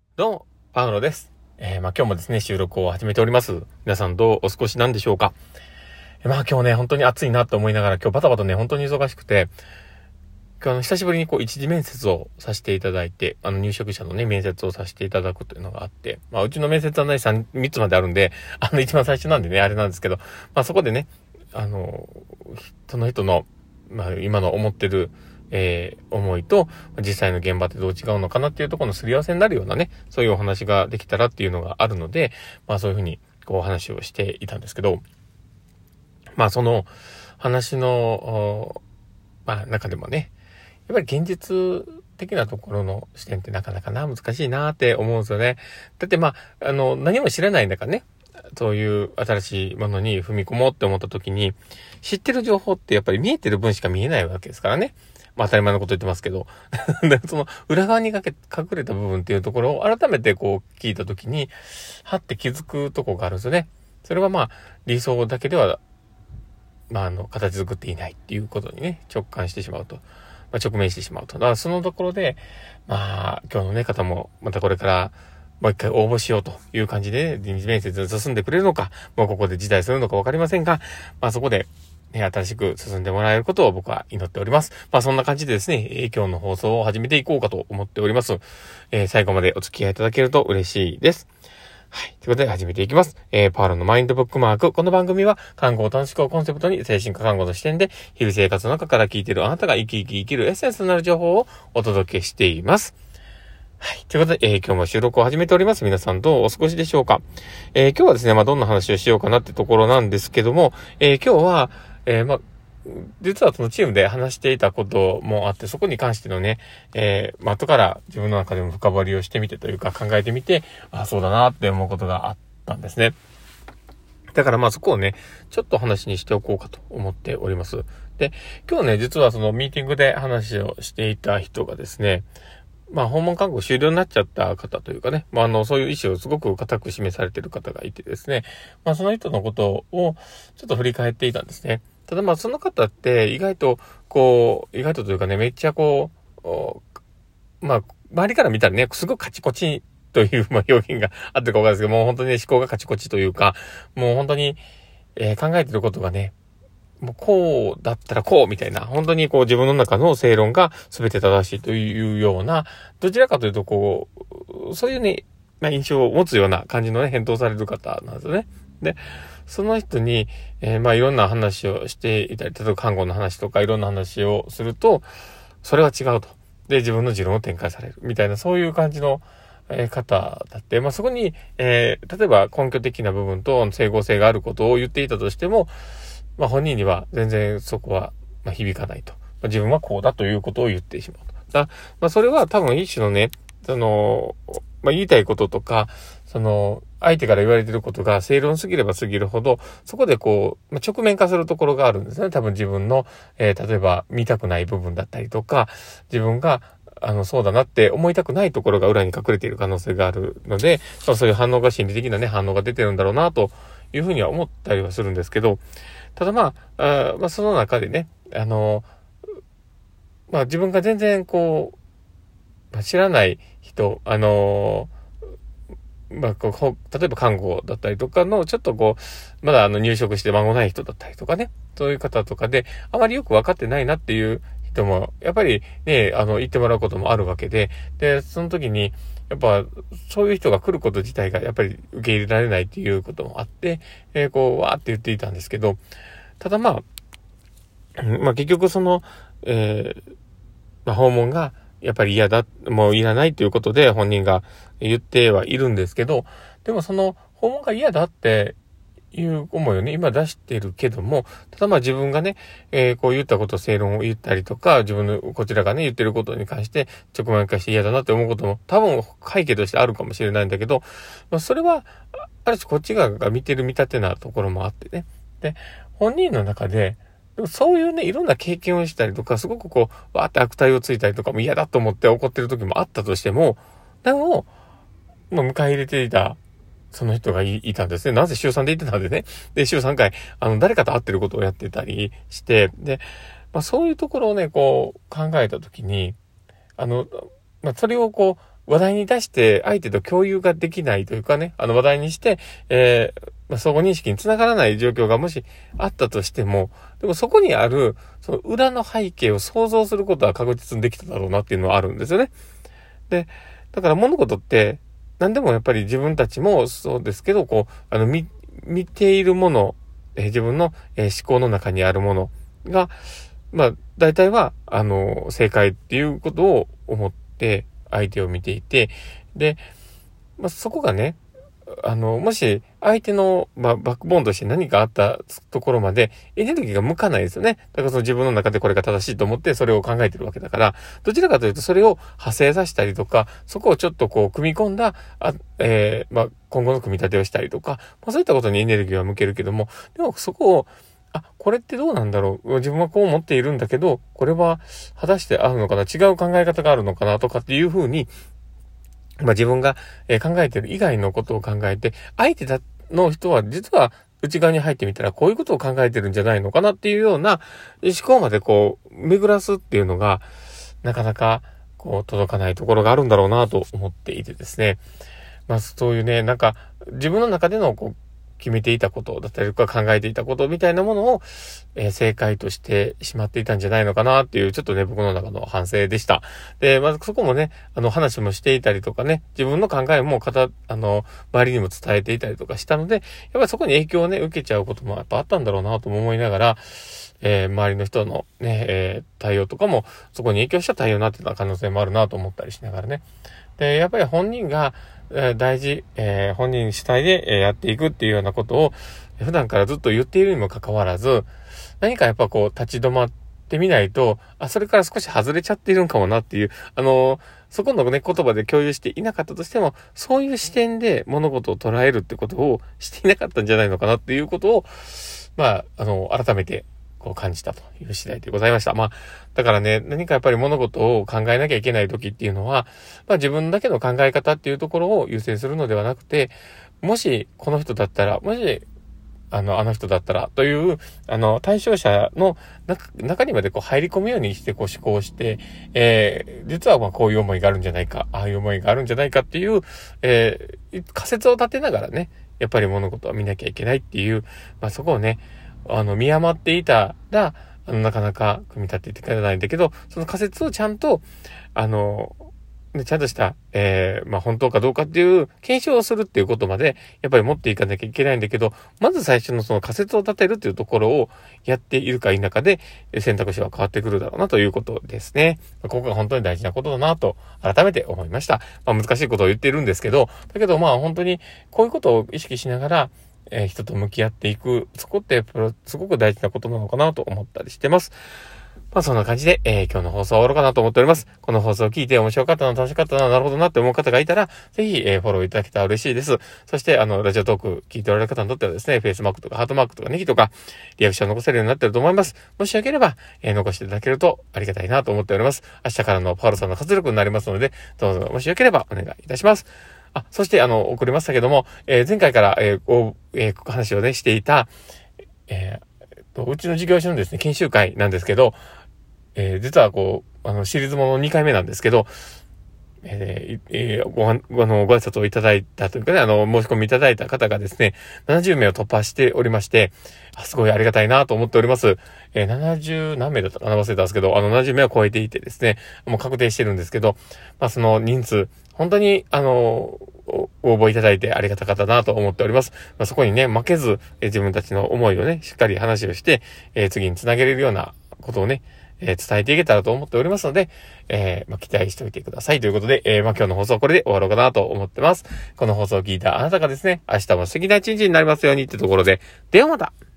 どうも、パウロです。今日もですね、収録を始めております。皆さんどうお過ごしなんでしょうか。今日ね、本当に暑いなと思いながら、今日バタバタね、本当に忙しくて、今日久しぶりに一次面接をさせていただいて、入職者のね、面接をさせていただくというのがあって、うちの面接はね、3つまであるんで、一番最初なんでね、あれなんですけど、そこでね、その人の、今の思ってる、思いと実際の現場ってどう違うのかなっていうところのすり合わせになるようなね、そういうお話ができたらっていうのがあるので、そういうふうにお話をしていたんですけど、その話の、中でもね、やっぱり現実的なところの視点ってなかなか難しいなって思うんですよね。だって何も知らないんだからね、そういう新しいものに踏み込もうって思った時に、知ってる情報ってやっぱり見えてる分しか見えないわけですからね。当たり前のこと言ってますけど。でその裏側に隠れた部分っていうところを改めて聞いた時に、はって気づくとこがあるんですよね。それは理想だけでは、形作っていないっていうことにね、直感してしまうと。直面してしまうと。だからそのところで、今日のね、方もまたこれからもう一回応募しようという感じで、人事面接に進んでくれるのか、もうここで辞退するのかわかりませんが、そこで、ね、新しく進んでもらえることを僕は祈っております。そんな感じでですね、今日の放送を始めていこうかと思っております。最後までお付き合いいただけると嬉しいです。はい。ということで始めていきます。パールのマインドブックマーク。この番組は、看護を楽しくをコンセプトに、精神科看護の視点で、日々生活の中から聞いているあなたが生き生きるエッセンスとなる情報をお届けしています。はい。ということで、今日も収録を始めております。皆さんどうお過ごしでしょうか。今日はですね、どんな話をしようかなってところなんですけども、今日は、実はそのチームで話していたこともあって、そこに関してのね、後から自分の中でも深掘りをしてみてというか考えてみて、そうだなって思うことがあったんですね。だからそこをね、ちょっと話にしておこうかと思っております。で、今日ね、実はそのミーティングで話をしていた人がですね、訪問看護終了になっちゃった方というかね、そういう意思をすごく固く示されている方がいてですね、その人のことをちょっと振り返っていたんですね。ただその方って意外とというかね、めっちゃ周りから見たらね、すごくカチコチという、表現があってるかわかんないですけど、もう本当にね、思考がカチコチというか、もう本当に、考えてることがね、もうこうだったらこうみたいな、本当に自分の中の正論が全て正しいというような、どちらかというとそういうね、印象を持つような感じのね、返答される方なんですよね。で、その人に、いろんな話をしていたり、例えば看護の話とかいろんな話をすると、それは違うと。で、自分の持論を展開されるみたいな、そういう感じの、方だって、そこに、例えば根拠的な部分と整合性があることを言っていたとしても、本人には全然そこは、響かないと。自分はこうだということを言ってしまうと。それは多分一種のね、言いたいこととか、相手から言われていることが正論すぎればすぎるほど、そこで直面化するところがあるんですね。多分自分の、例えば見たくない部分だったりとか、自分が、そうだなって思いたくないところが裏に隠れている可能性があるので、そういう反応が心理的なね、反応が出てるんだろうな、というふうには思ったりはするんですけど、ただその中でね、自分が全然知らない人、例えば看護だったりとかの、ちょっとまだ入職して間もない人だったりとかね、そういう方とかで、あまりよく分かってないなっていう人も、やっぱりね、言ってもらうこともあるわけで、で、その時に、やっぱ、そういう人が来ること自体が、やっぱり受け入れられないっていうこともあって、わーって言っていたんですけど、ただ結局訪問がやっぱり嫌だ、もういらないということで本人が言ってはいるんですけど、でもその訪問が嫌だっていう思いをね、今出しているけども、ただ自分がね、言ったこと、正論を言ったりとか、自分のこちらがね、言ってることに関して直面化して嫌だなって思うことも多分背景としてあるかもしれないんだけど、それは、ある種こっち側が見てる見立てなところもあってね。で、本人の中で、でもそういうね、いろんな経験をしたりとか、すごくわーって悪態をついたりとかも嫌だと思って怒ってる時もあったとしても、でも、迎え入れていた、その人がいたんですね。なぜ週3で行ってたんでね。で、週3回、誰かと会ってることをやってたりして、で、そういうところをね、考えた時に、それを話題に出して相手と共有ができないというかね、話題にして、相互認識につながらない状況がもしあったとしても、でもそこにある、その裏の背景を想像することは確実にできただろうなっていうのはあるんですよね。で、だから物事って、何でもやっぱり自分たちもそうですけど、見ているもの、自分の、思考の中にあるものが、大体は、正解っていうことを思って相手を見ていて、で、そこがね、もし相手の、バックボーンとして何かあったところまでエネルギーが向かないですよね。だからその自分の中でこれが正しいと思ってそれを考えてるわけだから、どちらかというとそれを派生させたりとか、そこをちょっと組み込んだ、今後の組み立てをしたりとか、そういったことにエネルギーは向けるけども、でもそこを、これってどうなんだろう。自分はこう思っているんだけど、これは果たして合うのかな、違う考え方があるのかなとかっていうふうに、自分が考えている以外のことを考えて、相手の人は実は内側に入ってみたらこういうことを考えてるんじゃないのかなっていうような思考まで巡らすっていうのが、なかなか届かないところがあるんだろうなと思っていてですね。そういうね、自分の中での決めていたことだったりとか考えていたことみたいなものを、正解としてしまっていたんじゃないのかなっていう、ちょっとね、僕の中の反省でした。で、そこもね、話もしていたりとかね、自分の考えも周りにも伝えていたりとかしたので、やっぱりそこに影響をね、受けちゃうこともやっぱあったんだろうなとも思いながら、周りの人のね、対応とかも、そこに影響した対応になってた可能性もあるなと思ったりしながらね。で、やっぱり本人が、大事、本人主体でやっていくっていうようなことを普段からずっと言っているにもかかわらず、何かやっぱ立ち止まってみないと、それから少し外れちゃっているんかもなっていう、そこのね、言葉で共有していなかったとしても、そういう視点で物事を捉えるってことをしていなかったんじゃないのかなっていうことを、改めて感じたという次第でございました。だからね、何かやっぱり物事を考えなきゃいけない時っていうのは、自分だけの考え方っていうところを優先するのではなくて、もしこの人だったら、もしあの人だったらという、対象者の中にまで入り込むようにして思考して、実はこういう思いがあるんじゃないか、ああいう思いがあるんじゃないかっていう、仮説を立てながらね、やっぱり物事は見なきゃいけないっていう、そこをね、見余っていたら、なかなか組み立てていかないんだけど、その仮説をちゃんと、ちゃんとした、本当かどうかっていう検証をするっていうことまで、やっぱり持っていかなきゃいけないんだけど、まず最初のその仮説を立てるっていうところをやっているか否かで、選択肢は変わってくるだろうなということですね。ここが本当に大事なことだなと、改めて思いました。難しいことを言っているんですけど、だけど本当にこういうことを意識しながら、人と向き合っていく、そこってすごく大事なことなのかなと思ったりしてます。そんな感じで、今日の放送は終わろうかなと思っております。この放送を聞いて面白かったな、楽しかったな、なるほどなって思う方がいたら、ぜひ、フォローいただけたら嬉しいです。そして、ラジオトーク聞いておられる方にとってはですね、フェイスマークとかハートマークとかネギとか、リアクション残せるようになってると思います。もしよければ、残していただけるとありがたいなと思っております。明日からのパウロさんの活力になりますので、どうぞもしよければお願いいたします。そして、送りましたけども、前回から、話をね、していた、うちの事業所のですね、研修会なんですけど、実はシリーズもの2回目なんですけど、ご挨拶をいただいたというかね、申し込みいただいた方がですね、70名を突破しておりまして、すごいありがたいなと思っております。70何名だったかな忘れたんですけど、70名は超えていてですね、もう確定してるんですけど、その人数、本当に、応募いただいてありがたかったなと思っております。そこにね、負けず、自分たちの思いをね、しっかり話をして、次につなげれるようなことをね、伝えていけたらと思っておりますので、期待しておいてくださいということで、今日の放送はこれで終わろうかなと思ってます。この放送を聞いたあなたがですね、明日も素敵な一日になりますようにってところで、ではまた。